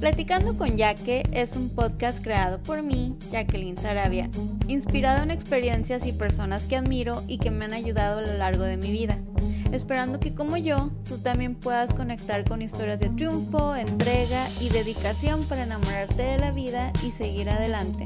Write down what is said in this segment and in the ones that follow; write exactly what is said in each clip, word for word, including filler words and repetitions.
Platicando con Yaque es un podcast creado por mí, Jacqueline Sarabia, inspirado en experiencias y personas que admiro y que me han ayudado a lo largo de mi vida, esperando que como yo, tú también puedas conectar con historias de triunfo, entrega y dedicación para enamorarte de la vida y seguir adelante.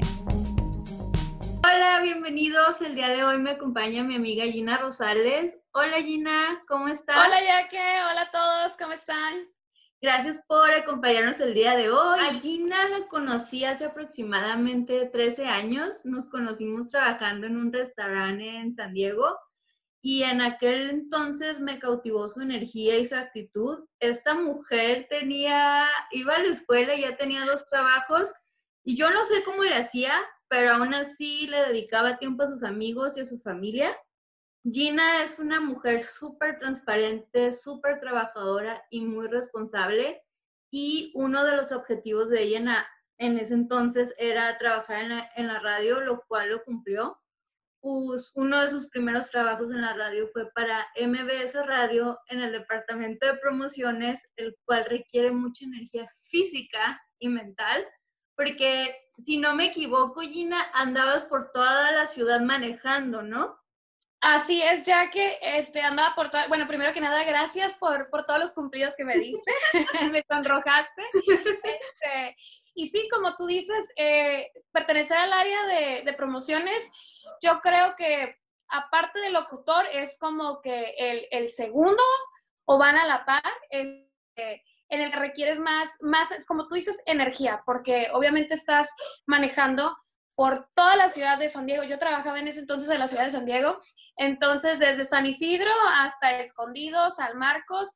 Hola, bienvenidos. El día de hoy me acompaña mi amiga Gina Rosales. Hola Gina, ¿cómo estás? Hola Yaque, hola a todos, ¿cómo están? Gracias por acompañarnos el día de hoy. A Gina la conocí hace aproximadamente trece años. Nos conocimos trabajando en un restaurante en San Diego y en aquel entonces me cautivó su energía y su actitud. Esta mujer tenía, iba a la escuela y ya tenía dos trabajos y yo no sé cómo le hacía, pero aún así le dedicaba tiempo a sus amigos y a su familia. Gina es una mujer súper transparente, súper trabajadora y muy responsable, y uno de los objetivos de ella en, la, en ese entonces era trabajar en la, en la radio, lo cual lo cumplió. Pues uno de sus primeros trabajos en la radio fue para M B S Radio en el departamento de promociones, el cual requiere mucha energía física y mental, porque si no me equivoco, Gina, andabas por toda la ciudad manejando, ¿no? Así es, Yaque, este, andaba por todo, bueno, primero que nada, gracias por, por todos los cumplidos que me diste, me sonrojaste, este, y sí, como tú dices, eh, pertenecer al área de, de promociones, yo creo que aparte de locutor, es como que el, el segundo, o van a la par, es, eh, en el que requieres más, más, como tú dices, energía, porque obviamente estás manejando por toda la ciudad de San Diego. Yo trabajaba en ese entonces en la ciudad de San Diego, entonces desde San Isidro hasta Escondido, San Marcos,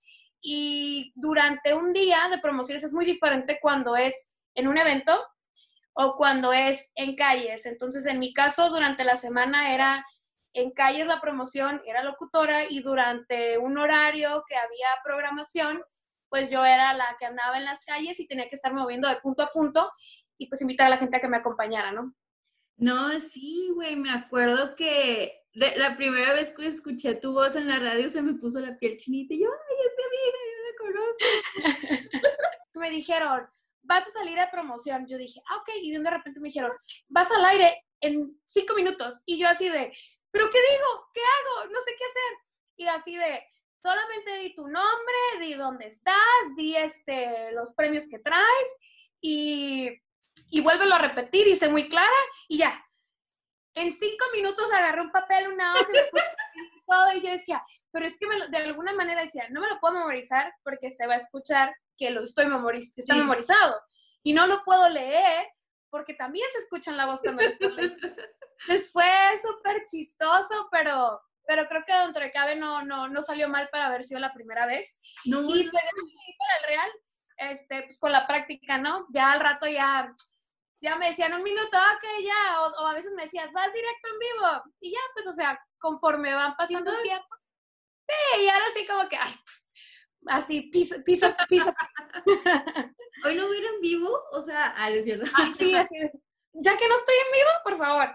y durante un día de promociones es muy diferente cuando es en un evento o cuando es en calles. Entonces en mi caso durante la semana era en calles la promoción, era locutora, y durante un horario que había programación, pues yo era la que andaba en las calles y tenía que estar moviendo de punto a punto y pues invitar a la gente a que me acompañara, ¿no? No, sí, güey, me acuerdo que de, la primera vez que escuché tu voz en la radio se me puso la piel chinita y yo, ay, es mi amiga, yo la conozco. Me dijeron, vas a salir a promoción. Yo dije, ah, ok, y de repente me dijeron, vas al aire en cinco minutos. Y yo así de, ¿pero qué digo? ¿Qué hago? No sé qué hacer. Y así de, solamente di tu nombre, di dónde estás, di este, los premios que traes y... y vuélvelo a repetir y sé muy clara y ya. En cinco minutos agarré un papel, una hoja y me puse todo y yo decía, pero es que me lo, de alguna manera decía, no me lo puedo memorizar porque se va a escuchar que lo estoy memoriz que está sí. memorizado, y no lo puedo leer porque también se escucha en la voz cuando lo estoy leyendo. Entonces fue súper chistoso, pero, pero creo que dentro de cabe no, no, no salió mal para haber sido la primera vez. No, y pues no. Para el real, este, pues con la práctica, ¿no? Ya al rato ya... ya me decían un minuto, ok, ya, o, o a veces me decías, vas directo en vivo, y ya, pues, o sea, conforme van pasando el tiempo, sí, y ahora sí como que, ay, así, piso, piso, piso. ¿Hoy no voy a ir en vivo? O sea, ah, es cierto. Ay, sí, así es. Ya que no estoy en vivo, por favor.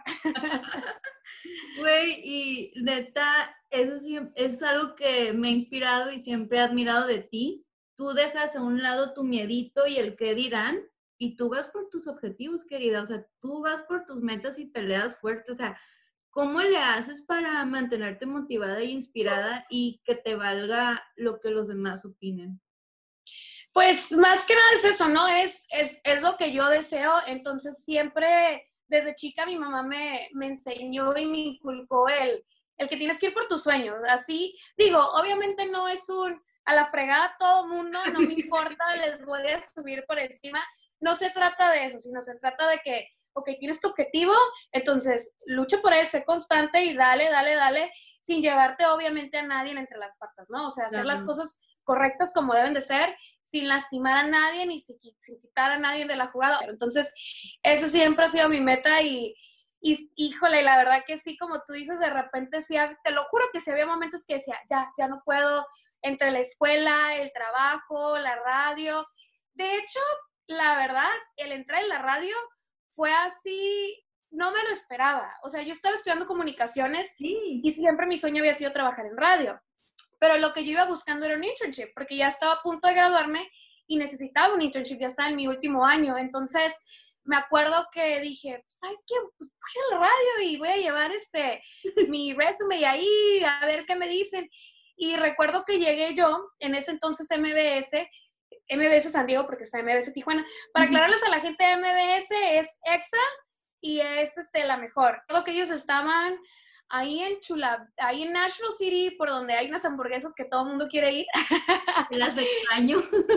Güey, y neta, eso sí, es algo que me ha inspirado y siempre he admirado de ti. Tú dejas a un lado tu miedito y el qué dirán, y tú vas por tus objetivos, querida. O sea, tú vas por tus metas y peleas fuertes. O sea, ¿cómo le haces para mantenerte motivada e inspirada y que te valga lo que los demás opinen? Pues más que nada es eso, ¿no? Es, es, es lo que yo deseo. Entonces siempre, desde chica, mi mamá me, me enseñó y me inculcó el, el que tienes que ir por tus sueños. Así, digo, obviamente no es un a la fregada todo mundo, no me importa, les voy a subir por encima. No se trata de eso, sino se trata de que, ok, tienes tu objetivo, entonces lucha por él, sé constante y dale, dale, dale, sin llevarte obviamente a nadie entre las patas, ¿no? O sea, hacer las cosas correctas como deben de ser, sin lastimar a nadie ni sin, sin quitar a nadie de la jugada. Entonces, esa siempre ha sido mi meta y, y, híjole, la verdad que sí, como tú dices, de repente sí, te lo juro que sí había momentos que decía, ya, ya no puedo, entre la escuela, el trabajo, la radio. De hecho, la verdad, el entrar en la radio fue así, no me lo esperaba. O sea, yo estaba estudiando comunicaciones sí. y siempre mi sueño había sido trabajar en radio. Pero lo que yo iba buscando era un internship, porque ya estaba a punto de graduarme y necesitaba un internship, ya estaba en mi último año. Entonces, me acuerdo que dije, ¿sabes qué? Pues voy a la radio y voy a llevar este, mi resume ahí, a ver qué me dicen. Y recuerdo que llegué yo, en ese entonces M B S, M B S San Diego, porque está M B S Tijuana. Para aclararles a la gente, M B S es EXA y es este, la mejor. Creo que ellos estaban ahí en Chula, ahí en National City, por donde hay unas hamburguesas que todo el mundo quiere ir. Las extraño.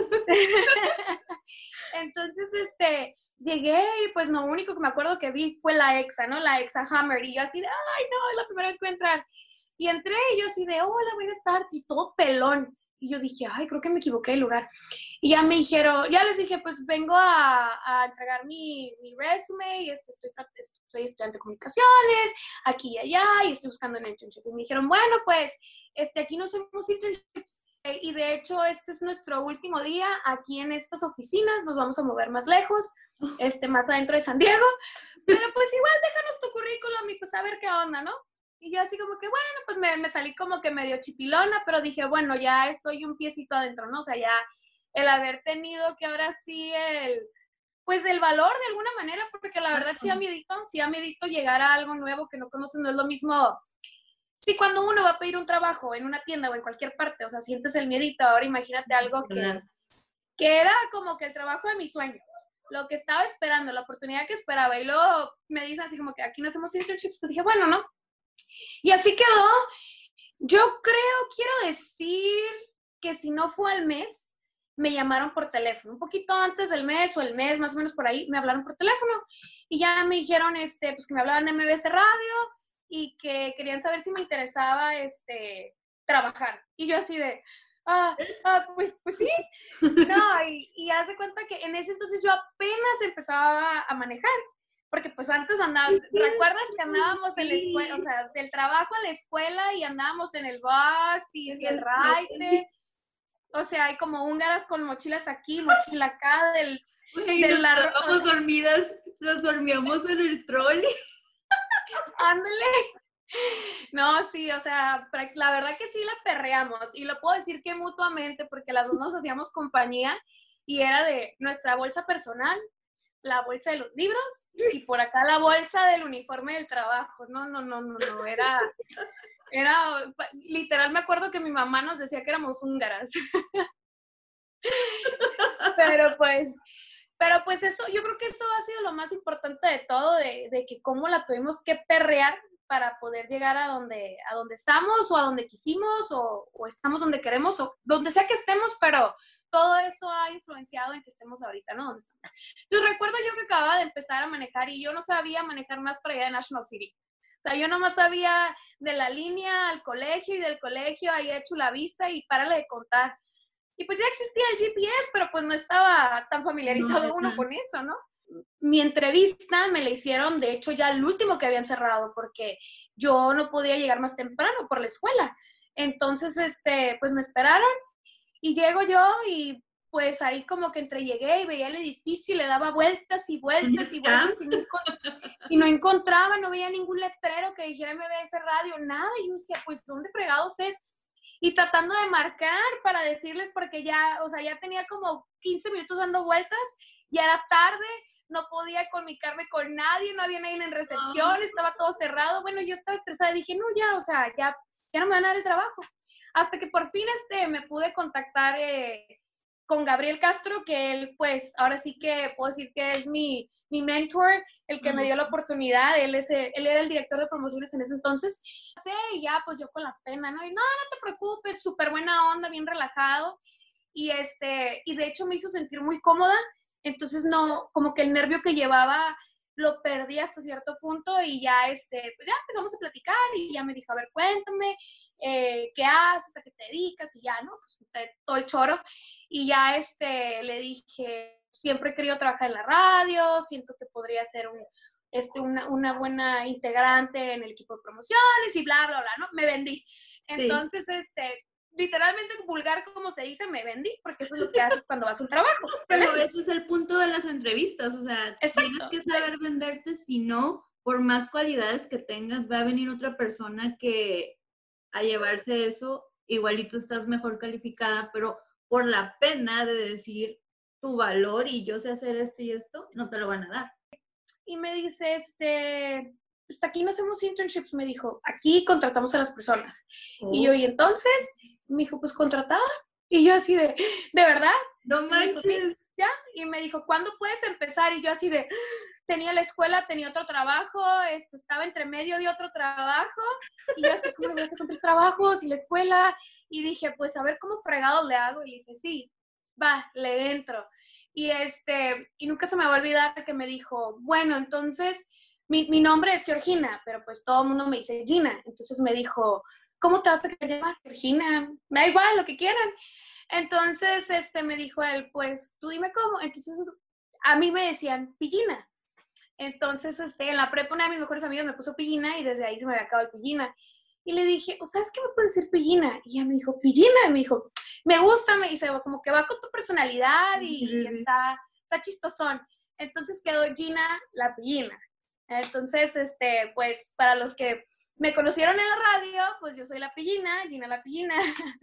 Entonces, este, llegué y pues lo único que me acuerdo que vi fue la EXA, ¿no? La EXA Hammer. Y yo así de, ay, no, es la primera vez que voy a entrar. Y entré y yo así de, hola, buenas tardes, y todo pelón. Y yo dije, ay, creo que me equivoqué de lugar. Y ya me dijeron, ya les dije, pues vengo a, a entregar mi, mi resume y este, estoy, soy estudiante de comunicaciones, aquí y allá, y estoy buscando un internship. Y me dijeron, bueno, pues, este, aquí no hacemos internships. Y de hecho, este es nuestro último día aquí en estas oficinas. Nos vamos a mover más lejos, este, más adentro de San Diego. Pero pues igual déjanos tu currículum y pues a ver qué onda, ¿no? Y yo así como que, bueno, pues me, me salí como que medio chipilona, pero dije, bueno, ya estoy un piecito adentro, ¿no? O sea, ya el haber tenido que ahora sí el, pues el valor de alguna manera, porque la verdad sí da miedito, sí da miedito llegar a algo nuevo que no conocen, no es lo mismo. Sí, cuando uno va a pedir un trabajo en una tienda o en cualquier parte, o sea, sientes el miedito. Ahora imagínate algo que, que era como que el trabajo de mis sueños, lo que estaba esperando, la oportunidad que esperaba. Y luego me dicen así como que aquí no hacemos internships, pues dije, bueno, ¿no? Y así quedó. Yo creo, quiero decir que si no fue al mes, me llamaron por teléfono. Un poquito antes del mes o el mes, más o menos por ahí, me hablaron por teléfono. Y ya me dijeron este, pues que me hablaban de M B S Radio y que querían saber si me interesaba este, trabajar. Y yo así de, ah, ah pues, pues sí. No, y, y hace cuenta que en ese entonces yo apenas empezaba a manejar. Porque pues antes andábamos, ¿recuerdas que andábamos en la escuela, o sea, del trabajo a la escuela y andábamos en el bus y, y el ride? O sea, hay como húngaras con mochilas aquí, mochila acá, del... Y nos quedábamos dormidas, nos dormíamos en el trolley. Ándale. No, sí, o sea, la verdad que sí la perreamos y lo puedo decir que mutuamente porque las dos nos hacíamos compañía y era de nuestra bolsa personal, la bolsa de los libros y por acá la bolsa del uniforme del trabajo. No, no, no, no, no, era, era, literal me acuerdo que mi mamá nos decía que éramos húngaras. Pero pues, pero pues eso, yo creo que eso ha sido lo más importante de todo, de, de que cómo la tuvimos que perrear para poder llegar a donde, a donde estamos o a donde quisimos o, o estamos donde queremos o donde sea que estemos, pero todo eso ha influenciado en que estemos ahorita, ¿no? Entonces recuerdo yo que acababa de empezar a manejar y yo no sabía manejar más para allá de National City. O sea, yo nomás sabía de la línea al colegio y del colegio ahí a Chula Vista y párale de contar. Y pues ya existía el G P S, pero pues no estaba tan familiarizado no, uno no. con eso, ¿no? Mi entrevista me la hicieron, de hecho, ya el último que habían cerrado, porque yo no podía llegar más temprano por la escuela. Entonces, este, pues me esperaron y llego yo y pues ahí como que entre llegué y veía el edificio y le daba vueltas y vueltas y vueltas y no, y no encontraba, no veía ningún letrero que dijera M B S Radio, nada. Y yo decía, pues, ¿dónde fregados es? Y tratando de marcar para decirles, porque ya, o sea, ya tenía como quince minutos dando vueltas, ya era tarde, no podía comunicarme con nadie, no había nadie en recepción, estaba todo cerrado. Bueno, yo estaba estresada y dije, no, ya, o sea, ya, ya no me van a dar el trabajo. Hasta que por fin este, me pude contactar eh, con Gabriel Castro, que él, pues, ahora sí que puedo decir que es mi, mi mentor, el que uh-huh. me dio la oportunidad. Él, es, él era el director de promociones en ese entonces. Sí, y ya, pues, yo con la pena, ¿no? Y no, no te preocupes, súper buena onda, bien relajado. Y, este, y de hecho me hizo sentir muy cómoda. Entonces, no, como que el nervio que llevaba lo perdí hasta cierto punto y ya, este, pues ya empezamos a platicar y ya me dijo, a ver, cuéntame, eh, ¿qué haces? ¿A qué te dedicas? Y ya, ¿no? Pues todo el choro. Y ya, este, le dije, siempre he querido trabajar en la radio, siento que podría ser un, este, una, una buena integrante en el equipo de promociones y bla, bla, bla, ¿no? Me vendí. Entonces, sí. este... literalmente vulgar como se dice, me vendí, porque eso es lo que haces cuando vas a un trabajo. Pero ese es el punto de las entrevistas, o sea, exacto, tienes que saber venderte, si no, por más cualidades que tengas, va a venir otra persona que a llevarse eso, igualito estás mejor calificada, pero por la pena de decir, tu valor y yo sé hacer esto y esto, no te lo van a dar. Y me dice, este, pues aquí no hacemos internships, me dijo, aquí contratamos a las personas. Oh. Y yo, ¿y entonces? Me dijo, pues contratada. Y yo así de, ¿de verdad? No manches. Y me dijo, sí, ya. Y me dijo, ¿cuándo puedes empezar? Y yo así de, tenía la escuela, tenía otro trabajo, este, estaba entre medio de otro trabajo. Y yo así, ¿cómo le voy a hacer con tres trabajos y la escuela? Y dije, pues a ver cómo fregado le hago. Y le dije, sí, va, le entro. Y, este, y nunca se me va a olvidar que me dijo, bueno, entonces, mi, mi nombre es Georgina, pero pues todo el mundo me dice Gina. Entonces me dijo, ¿cómo te vas a querer llamar? Georgina, me da igual, lo que quieran. Entonces, este, me dijo él, pues, tú dime cómo. Entonces, a mí me decían Pillina. Entonces, este, en la prepa una de mis mejores amigas me puso Pillina y desde ahí se me había acabado el Pillina. Y le dije, ¿o sabes qué me puede decir Pillina? Y ella me dijo, Pillina. Y me dijo, me gusta, me dice, como que va con tu personalidad y, y está, está chistosón. Entonces quedó Gina la Pillina. Entonces, este, pues, para los que me conocieron en la radio, pues yo soy la Pillina, Gina la Pillina.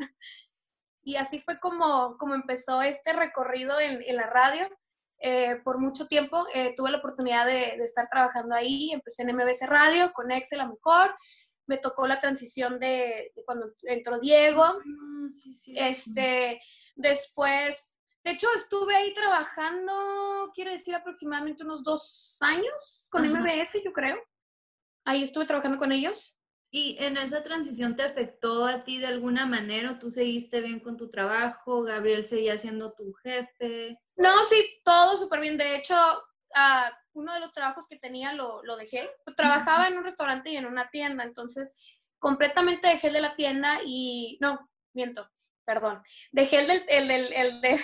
Y así fue como, como empezó este recorrido en, en la radio. Eh, por mucho tiempo eh, tuve la oportunidad de, de estar trabajando ahí. Empecé en M B C Radio, con Excel a lo mejor. Me tocó la transición de, de cuando entró Diego. Ah, sí, sí, este, sí. Después, de hecho, estuve ahí trabajando, quiero decir, aproximadamente unos dos años con Ajá. M B S, yo creo. Ahí estuve trabajando con ellos. ¿Y en esa transición te afectó a ti de alguna manera? ¿O tú seguiste bien con tu trabajo? ¿Gabriel seguía siendo tu jefe? No, sí, todo súper bien. De hecho, uh, uno de los trabajos que tenía lo, lo dejé. Trabajaba en un restaurante y en una tienda, entonces completamente dejé el de la tienda y... No, miento, perdón. Dejé el del... El, el, el de...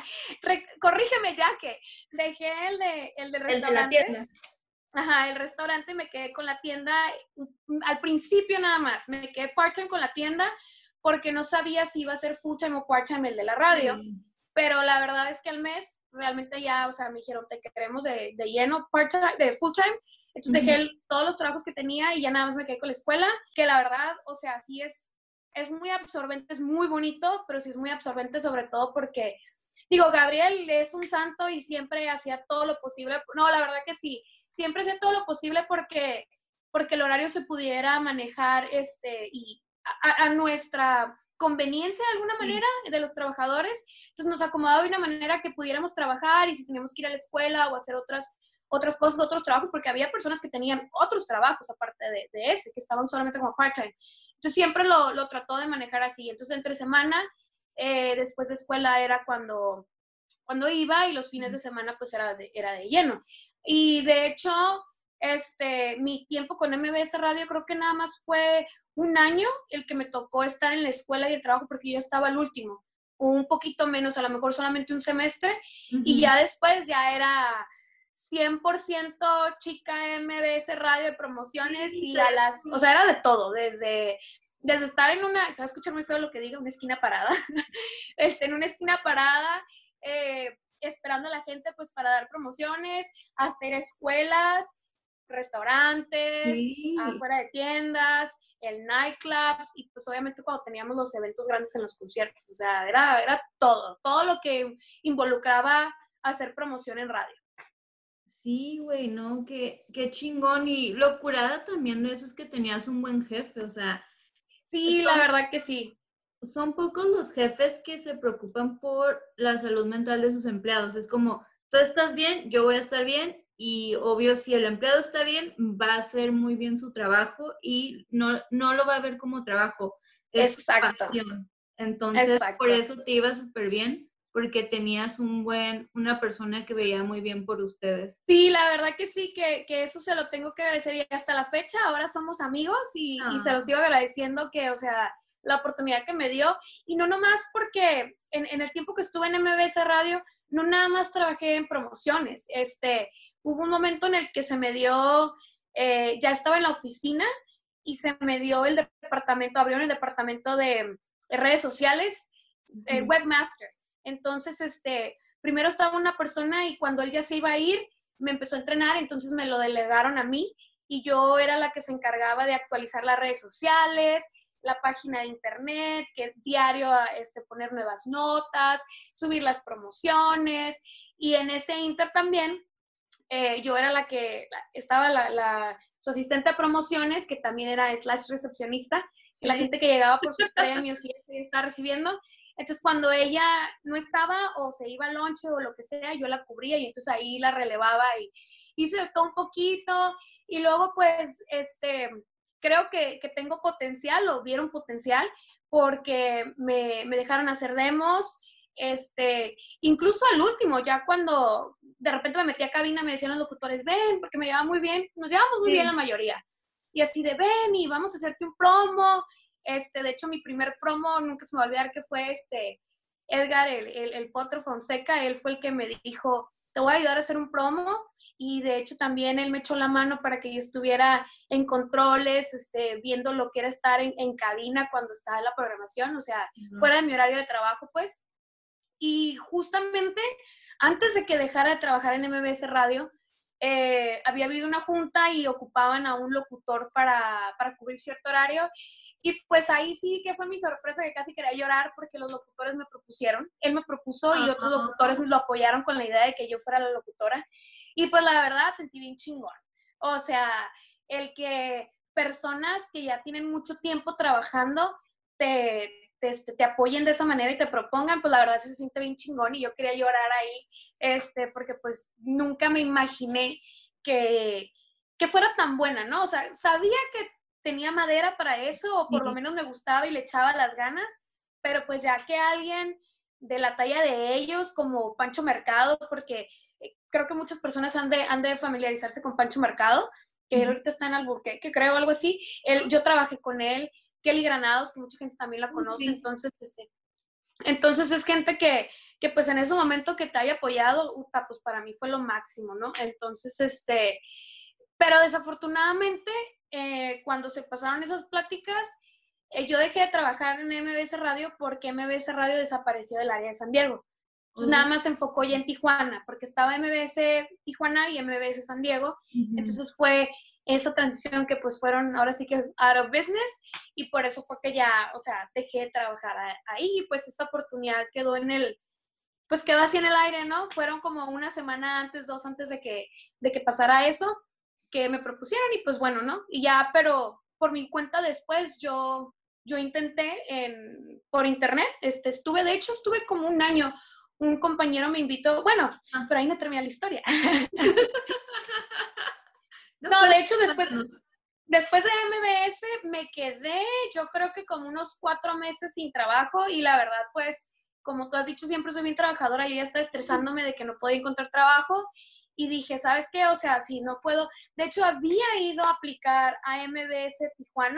Corrígeme, ya que dejé el de el del restaurante. El de la tienda. Ajá, el restaurante, me quedé con la tienda, al principio nada más, me quedé part-time con la tienda porque no sabía si iba a ser full-time o part-time el de la radio, sí. Pero la verdad es que al mes realmente ya, o sea, me dijeron, te queremos de, de lleno, part-time, de full-time, entonces uh-huh. dejé el, todos los trabajos que tenía y ya nada más me quedé con la escuela, que la verdad, o sea, sí es, es muy absorbente, es muy bonito, pero sí es muy absorbente sobre todo porque, digo, Gabriel es un santo y siempre hacía todo lo posible, no, la verdad que sí, siempre hacía todo lo posible porque, porque el horario se pudiera manejar este, y a, a nuestra conveniencia de alguna manera sí. de los trabajadores. Entonces nos acomodaba de una manera que pudiéramos trabajar y si teníamos que ir a la escuela o hacer otras, otras cosas, otros trabajos, porque había personas que tenían otros trabajos aparte de, de ese, que estaban solamente como part-time. Entonces siempre lo, lo trató de manejar así. Entonces entre semana, eh, después de escuela era cuando... cuando iba y los fines de semana pues era de, era de lleno. Y de hecho, este, mi tiempo con M B S Radio creo que nada más fue un año el que me tocó estar en la escuela y el trabajo porque yo estaba al último, un poquito menos, a lo mejor solamente un semestre, uh-huh. y ya después ya era cien por ciento chica M B S Radio de promociones sí, y a las, o sea, era de todo, desde... Desde estar en una, se va a escuchar muy feo lo que diga, una esquina parada, este, en una esquina parada, eh, esperando a la gente pues para dar promociones, hasta ir a escuelas, restaurantes, sí. afuera de tiendas, el nightclubs y pues obviamente cuando teníamos los eventos grandes en los conciertos, o sea, era, era todo, todo lo que involucraba hacer promoción en radio. Sí, güey, no, qué, qué chingón y lo curada también de eso es que tenías un buen jefe, o sea. Sí, la verdad que sí. Son pocos los jefes que se preocupan por la salud mental de sus empleados. Es como, tú estás bien, yo voy a estar bien y obvio si el empleado está bien, va a hacer muy bien su trabajo y no, no lo va a ver como trabajo. Es Exacto. su pasión. Entonces, Exacto. Por eso te iba súper bien, porque tenías un buen, una persona que veía muy bien por ustedes. Sí, la verdad que sí, que, que eso se lo tengo que agradecer y hasta la fecha ahora somos amigos y, ah. y se lo sigo agradeciendo que, o sea, la oportunidad que me dio y no nomás porque en, en el tiempo que estuve en M B S Radio no nada más trabajé en promociones, este, hubo un momento en el que se me dio, eh, ya estaba en la oficina y se me dio el departamento, abrieron el departamento de, de redes sociales, eh, uh-huh. webmaster, entonces este, primero estaba una persona y cuando él ya se iba a ir me empezó a entrenar, entonces me lo delegaron a mí y yo era la que se encargaba de actualizar las redes sociales, la página de internet, que diario este, poner nuevas notas, subir las promociones, y en ese inter también eh, yo era la que estaba la, la su asistente de promociones, que también era slash recepcionista, que sí. La gente que llegaba por sus premios y estaba recibiendo. Entonces, cuando ella no estaba o se iba al lonche o lo que sea, yo la cubría y entonces ahí la relevaba y hice todo un poquito. Y luego, pues, este, creo que, que tengo potencial o vieron potencial porque me, me dejaron hacer demos. Este, incluso al último, ya cuando de repente me metí a cabina, me decían los locutores, ven, porque me llevaba muy bien, nos llevamos muy sí. bien la mayoría. Y así de, ven y vamos a hacerte un promo. Este, de hecho, mi primer promo, nunca se me va a olvidar que fue este, Edgar, el, el, el Potro Fonseca, él fue el que me dijo, te voy a ayudar a hacer un promo, y de hecho también él me echó la mano para que yo estuviera en controles, este, viendo lo que era estar en, en cabina cuando estaba en la programación, o sea, uh-huh. fuera de mi horario de trabajo, pues. Y justamente antes de que dejara de trabajar en M B S Radio, eh, había habido una junta y ocupaban a un locutor para, para cubrir cierto horario. Y pues ahí sí que fue mi sorpresa, que casi quería llorar porque los locutores me propusieron. Él me propuso y otros locutores me lo apoyaron con la idea de que yo fuera la locutora. Y pues la verdad sentí bien chingón. O sea, el que personas que ya tienen mucho tiempo trabajando te, te, te apoyen de esa manera y te propongan, pues la verdad se siente bien chingón y yo quería llorar ahí, este, porque pues nunca me imaginé que, que fuera tan buena, ¿no? O sea, sabía que tenía madera para eso, o por sí. lo menos me gustaba y le echaba las ganas, pero pues ya que alguien de la talla de ellos, como Pancho Mercado, porque creo que muchas personas han de, han de familiarizarse con Pancho Mercado, que uh-huh. ahorita está en Alburquerque, creo, algo así. Él, yo trabajé con él, Kelly Granados, que mucha gente también la conoce, sí. entonces, este, entonces es gente que, que pues en ese momento que te haya apoyado, uta, pues para mí fue lo máximo, ¿no? Entonces, este, pero desafortunadamente, eh, cuando se pasaron esas pláticas, eh, yo dejé de trabajar en M B S Radio porque M B S Radio desapareció del área de San Diego. Entonces, uh-huh. nada más se enfocó ya en Tijuana, porque estaba M B S Tijuana y M B S San Diego. Uh-huh. Entonces, fue esa transición que pues fueron ahora sí que out of business, y por eso fue que ya, o sea, dejé de trabajar ahí, y pues esa oportunidad quedó en el, pues quedó así en el aire, ¿no? Fueron como una semana antes, dos antes de que, de que pasara eso, que me propusieron, y pues bueno, ¿no? Y ya, pero por mi cuenta después yo, yo intenté en, por internet, este, estuve, de hecho estuve como un año, un compañero me invitó, bueno, ah. pero ahí no termina la historia. no, no de hecho después, después de M B S me quedé, yo creo que como unos cuatro meses sin trabajo, y la verdad pues, como tú has dicho, siempre soy bien trabajadora, yo ya estaba estresándome de que no podía encontrar trabajo, y dije, ¿sabes qué? O sea, si no puedo, de hecho había ido a aplicar a M B S Tijuana,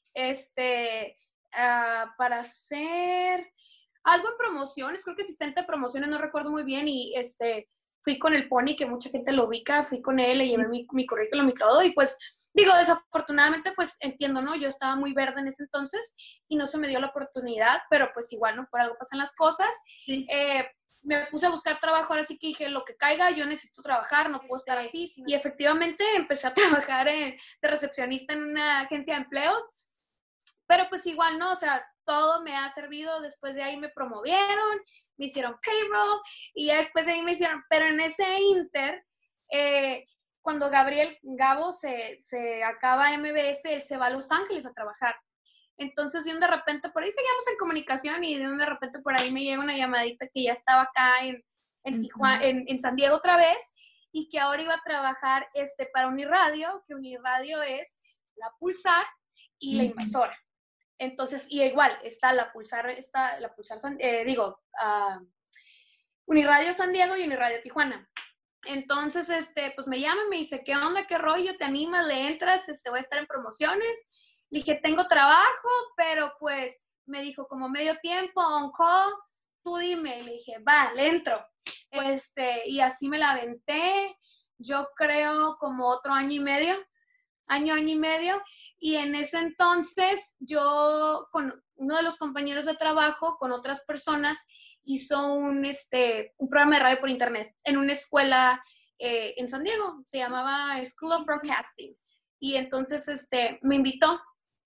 este, uh, para hacer algo en promociones, creo que asistente de promociones, no recuerdo muy bien, y este, fui con el Pony, que mucha gente lo ubica, fui con él, le llevé mi, mi currículum y todo, y pues, digo, desafortunadamente, pues, entiendo, ¿no? Yo estaba muy verde en ese entonces, y no se me dio la oportunidad, pero pues igual, ¿no? Por algo pasan las cosas. Sí. Eh, me puse a buscar trabajo, ahora sí que dije, lo que caiga, yo necesito trabajar, no puedo estar así. Y efectivamente empecé a trabajar en, de recepcionista en una agencia de empleos, pero pues igual, ¿no? O sea, todo me ha servido. Después de ahí me promovieron, me hicieron payroll, y ya después de ahí me hicieron, pero en ese inter, eh, cuando Gabriel Gabo se, se acaba M B S, él se va a Los Ángeles a trabajar. Entonces, de un de repente, por ahí seguíamos en comunicación, y de un de repente por ahí me llega una llamadita que ya estaba acá en, en, Tijuana, uh-huh. en, en San Diego otra vez, y que ahora iba a trabajar este, para Uniradio, que Uniradio es la Pulsar y uh-huh. la Invasora. Entonces, y igual, está la Pulsar, está la Pulsar, eh, digo, uh, Uniradio San Diego y Uniradio Tijuana. Entonces, este, pues me llama y me dice, ¿qué onda, qué rollo? ¿Te animas? ¿Le entras? Este, voy a estar en promociones. Le dije, tengo trabajo, pero pues me dijo, como medio tiempo, on call, tú dime. Le dije, va, le entro. Este, y así me la aventé, yo creo como otro año y medio, año, año y medio. Y en ese entonces yo, con uno de los compañeros de trabajo, con otras personas, hizo un, este, un programa de radio por internet en una escuela eh, en San Diego, se llamaba School of Broadcasting. Y entonces este, me invitó.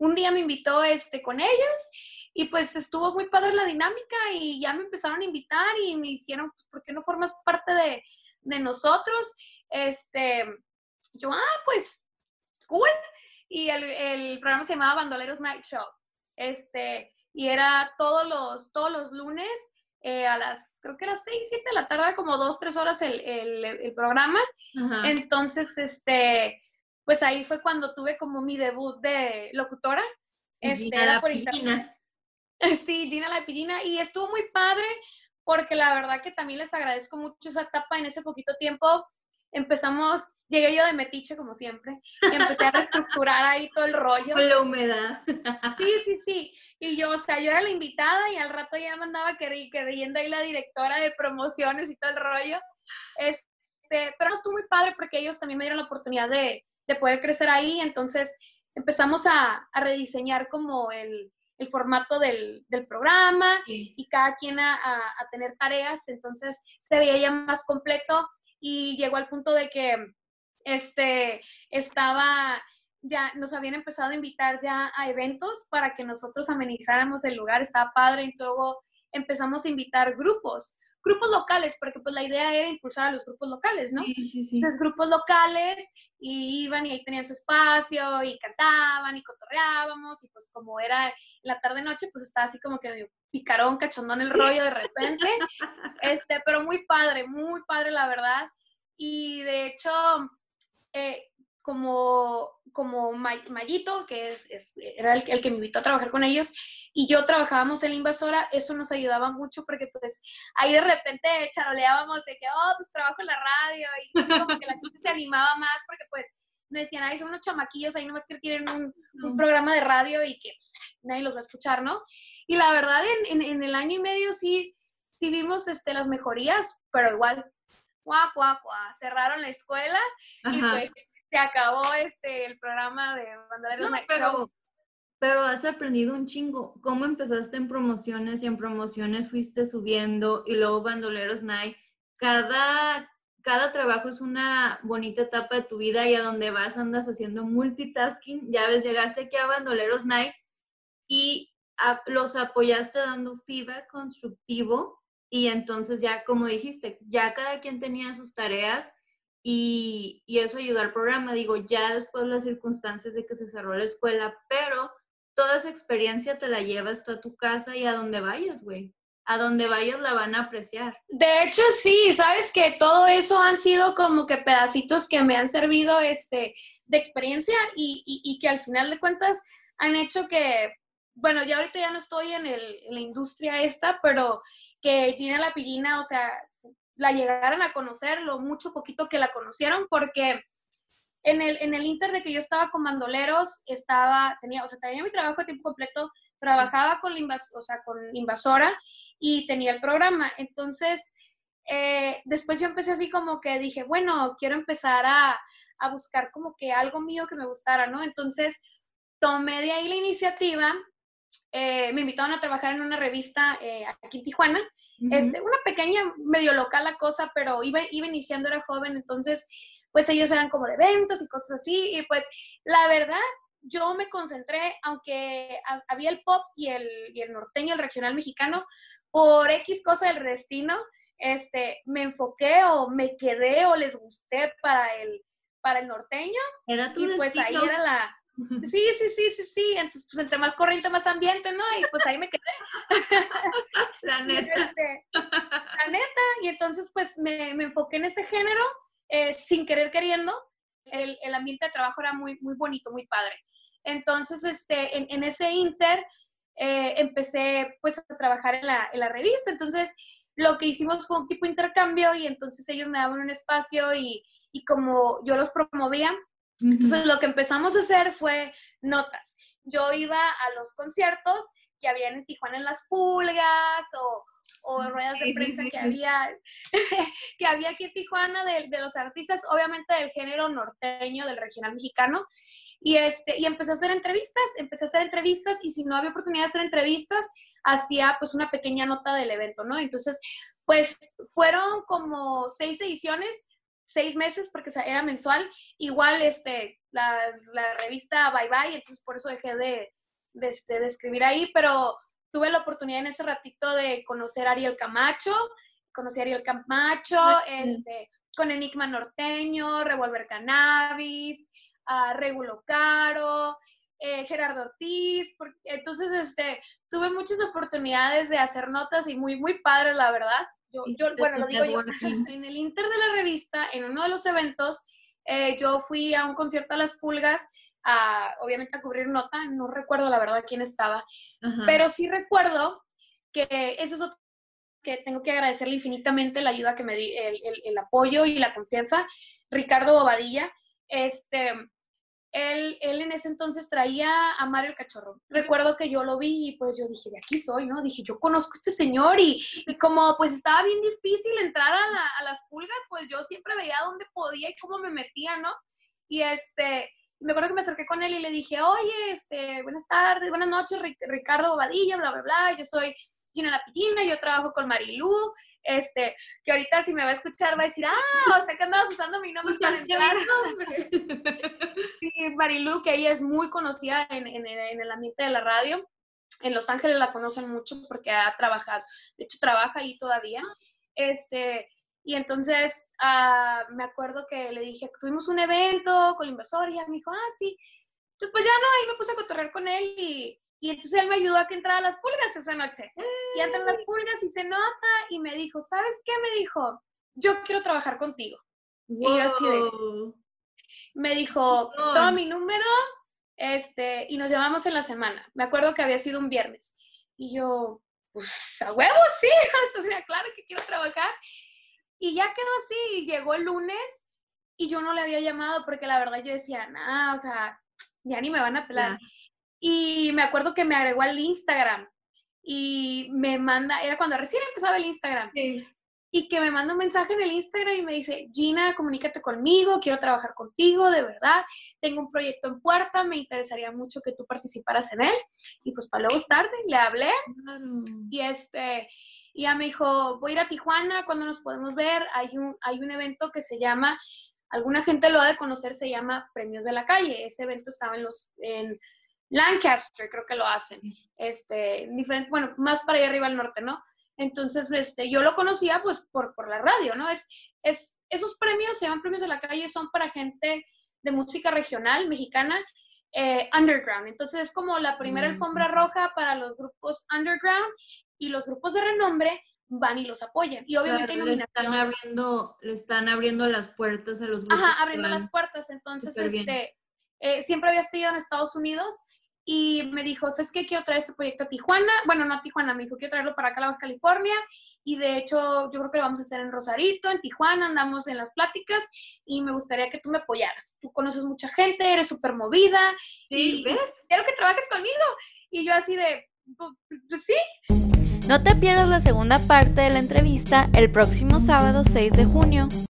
un día me invitó este, con ellos y pues estuvo muy padre la dinámica y ya me empezaron a invitar y me hicieron, pues, ¿por qué no formas parte de, de nosotros? Este, yo, ah, pues, cool. Y el, el programa se llamaba Bandoleros Night Show. Este, y era todos los, todos los lunes eh, a las, creo que a las seis, siete de la tarde, como dos, tres horas el, el, el programa. Ajá. Entonces, este, pues ahí fue cuando tuve como mi debut de locutora. Este, Gina era la por Pillina. Sí, Gina la Pillina, y estuvo muy padre porque la verdad que también les agradezco mucho esa etapa. En ese poquito tiempo empezamos, llegué yo de metiche como siempre, y empecé a reestructurar ahí todo el rollo. Con la humedad. Sí, sí, sí, y yo, o sea, yo era la invitada y al rato ya me andaba queriendo ahí la directora de promociones y todo el rollo. Este, pero estuvo muy padre porque ellos también me dieron la oportunidad de, de poder crecer ahí, entonces empezamos a, a rediseñar como el el formato del, del programa sí. y cada quien a, a, a tener tareas, entonces se veía ya más completo y llegó al punto de que este, estaba, ya nos habían empezado a invitar ya a eventos para que nosotros amenizáramos el lugar, estaba padre, y luego empezamos a invitar grupos, grupos locales, porque pues la idea era impulsar a los grupos locales, ¿no? Sí, sí, sí. Entonces grupos locales y iban y ahí tenían su espacio y cantaban y cotorreábamos y pues como era la tarde-noche, pues estaba así como que picarón, cachondón el rollo de repente, este, pero muy padre, muy padre la verdad. Y de hecho, eh, como, como Mayito, que es, es, era el, el que me invitó a trabajar con ellos, y yo trabajábamos en la Invasora, eso nos ayudaba mucho porque pues ahí de repente charoleábamos de que, oh, pues trabajo en la radio, y pues, como que la gente se animaba más porque pues me decían, ay, son unos chamaquillos ahí nomás que tienen un, un programa de radio y que pues, nadie los va a escuchar, ¿no? Y la verdad, en, en, en el año y medio sí, sí vimos este, las mejorías, pero igual, guau, guau, guau, cerraron la escuela. Ajá. Y pues se acabó este, el programa de Bandoleros no, Night pero, Show. Pero has aprendido un chingo. ¿Cómo empezaste en promociones y en promociones fuiste subiendo y luego Bandoleros Night? Cada, cada trabajo es una bonita etapa de tu vida y a donde vas andas haciendo multitasking. Ya ves, llegaste aquí a Bandoleros Night y a, los apoyaste dando feedback constructivo y entonces ya, como dijiste, ya cada quien tenía sus tareas. Y, y eso ayudó al programa, digo, ya después las circunstancias de que se cerró la escuela, pero toda esa experiencia te la llevas tú a tu casa y a donde vayas, güey. A donde vayas la van a apreciar. De hecho, sí, sabes que todo eso han sido como que pedacitos que me han servido este, de experiencia y, y, y que al final de cuentas han hecho que, bueno, ya ahorita ya no estoy en, el, en la industria esta, pero que Gina la Pillina, o sea, la llegaron a conocer, lo mucho poquito que la conocieron, porque en el, en el inter de que yo estaba con Bandoleros, estaba, tenía, o sea, tenía mi trabajo a tiempo completo, trabajaba sí. con, la invas, o sea, con Invasora y tenía el programa. Entonces, eh, después yo empecé así como que dije, bueno, quiero empezar a, a buscar como que algo mío que me gustara, ¿no? Entonces, tomé de ahí la iniciativa, eh, me invitaron a trabajar en una revista eh, aquí en Tijuana, Este, una pequeña, medio local la cosa, pero iba, iba iniciando, era joven, entonces, pues ellos eran como de eventos y cosas así, y pues, la verdad, yo me concentré, aunque había el pop y el, y el norteño, el regional mexicano, por X cosa del destino, este, me enfoqué o me quedé o les gusté para el, para el norteño, era tu y pues destino. ahí era la... Sí, sí, sí, sí, sí, entonces pues entre más corriente, más ambiente, ¿no? Y pues ahí me quedé. La neta. Este, la neta, y entonces pues me, me enfoqué en ese género, eh, sin querer queriendo, el, el ambiente de trabajo era muy, muy bonito, muy padre. Entonces, este, en, en ese inter, eh, empecé pues a trabajar en la, en la revista, entonces lo que hicimos fue un tipo de intercambio y entonces ellos me daban un espacio y, y como yo los promovía, entonces, lo que empezamos a hacer fue notas. Yo iba a los conciertos que habían en Tijuana en Las Pulgas o, o ruedas de prensa que había, que había aquí en Tijuana de, de los artistas, obviamente del género norteño, del regional mexicano. Y, este, y empecé a hacer entrevistas, empecé a hacer entrevistas y si no había oportunidad de hacer entrevistas, hacía pues una pequeña nota del evento, ¿no? Entonces, pues fueron como seis ediciones. seis meses porque era mensual. Igual este, la, la revista Bye Bye, entonces por eso dejé de, de, este, de escribir ahí, pero tuve la oportunidad en ese ratito de conocer a Ariel Camacho, conocí a Ariel Camacho, este, con Enigma Norteño, Revolver Cannabis, uh, Regulo Caro, eh, Gerardo Ortiz, porque, entonces este, tuve muchas oportunidades de hacer notas y muy, muy padre, la verdad. Yo, yo bueno, lo digo yo, en el Inter de la revista, en uno de los eventos, eh, yo fui a un concierto a Las Pulgas, a, obviamente a cubrir nota, no recuerdo la verdad quién estaba, uh-huh. pero sí recuerdo que eso es otro que tengo que agradecerle infinitamente la ayuda que me di, el, el, el apoyo y la confianza, Ricardo Bobadilla, este, él, él en ese entonces traía a Mario el Cachorro. Recuerdo que yo lo vi y pues yo dije, de aquí soy, ¿no? Dije, yo conozco a este señor y, y como pues estaba bien difícil entrar a, la, a Las Pulgas, pues yo siempre veía dónde podía y cómo me metía, ¿no? Y este, me acuerdo que me acerqué con él y le dije, oye, este, buenas tardes, buenas noches, Ricardo Bobadilla, bla, bla, bla, yo soy Gina La Pillina, yo trabajo con Marilú, este, que ahorita si me va a escuchar va a decir, ah, o sea que andabas usando mi nombre para entrar. Sí, Marilú, que ella es muy conocida en, en, en el ambiente de la radio, en Los Ángeles la conocen mucho porque ha trabajado, de hecho trabaja ahí todavía, este, y entonces uh, me acuerdo que le dije, tuvimos un evento con la inversora y ella me dijo, ah, sí, entonces pues ya no, ahí me puse a cotorrear con él y Y entonces él me ayudó a que entrara a Las Pulgas esa noche. Y entré a Las Pulgas y se nota y me dijo, ¿sabes qué? Me dijo, yo quiero trabajar contigo. Wow. Y yo así de... Me dijo, toma mi número este, y nos llamamos en la semana. Me acuerdo que había sido un viernes. Y yo, pues, a huevo, sí. O sea, claro que quiero trabajar. Y ya quedó así. Y llegó el lunes y yo no le había llamado porque la verdad yo decía, nada, o sea, ya ni me van a pelar. Yeah. Y me acuerdo que me agregó al Instagram y me manda, era cuando recién empezaba el Instagram, sí. Y que me manda un mensaje en el Instagram y me dice, Gina, comunícate conmigo, quiero trabajar contigo, de verdad, tengo un proyecto en puerta, me interesaría mucho que tú participaras en él. Y pues para luego es tarde, le hablé, claro. y este, y ya me dijo, voy a ir a Tijuana, ¿cuándo nos podemos ver? Hay un, hay un evento que se llama, alguna gente lo ha de conocer, se llama Premios de la Calle. Ese evento estaba en los... En, Lancaster, creo que lo hacen, este, diferente, bueno, más para allá arriba al norte, ¿no? Entonces, este, yo lo conocía, pues, por, por la radio, ¿no? Es, es, esos premios, se llaman Premios de la Calle, son para gente de música regional, mexicana, eh, underground. Entonces, es como la primera alfombra roja para los grupos underground y los grupos de renombre van y los apoyan. Y obviamente claro, le están abriendo, le están abriendo las puertas a los grupos. Ajá, abriendo las puertas. Entonces, este, eh, siempre había estudiado en Estados Unidos. Y me dijo, ¿sabes qué? Quiero traer este proyecto a Tijuana. Bueno, no a Tijuana, me dijo, quiero traerlo para acá a Baja California. Y de hecho, yo creo que lo vamos a hacer en Rosarito, en Tijuana, andamos en las pláticas. Y me gustaría que tú me apoyaras. Tú conoces mucha gente, eres súper movida. Sí, y, ¿ves? Quiero que trabajes conmigo. Y yo así de, pues, pues sí. No te pierdas la segunda parte de la entrevista el próximo sábado seis de junio.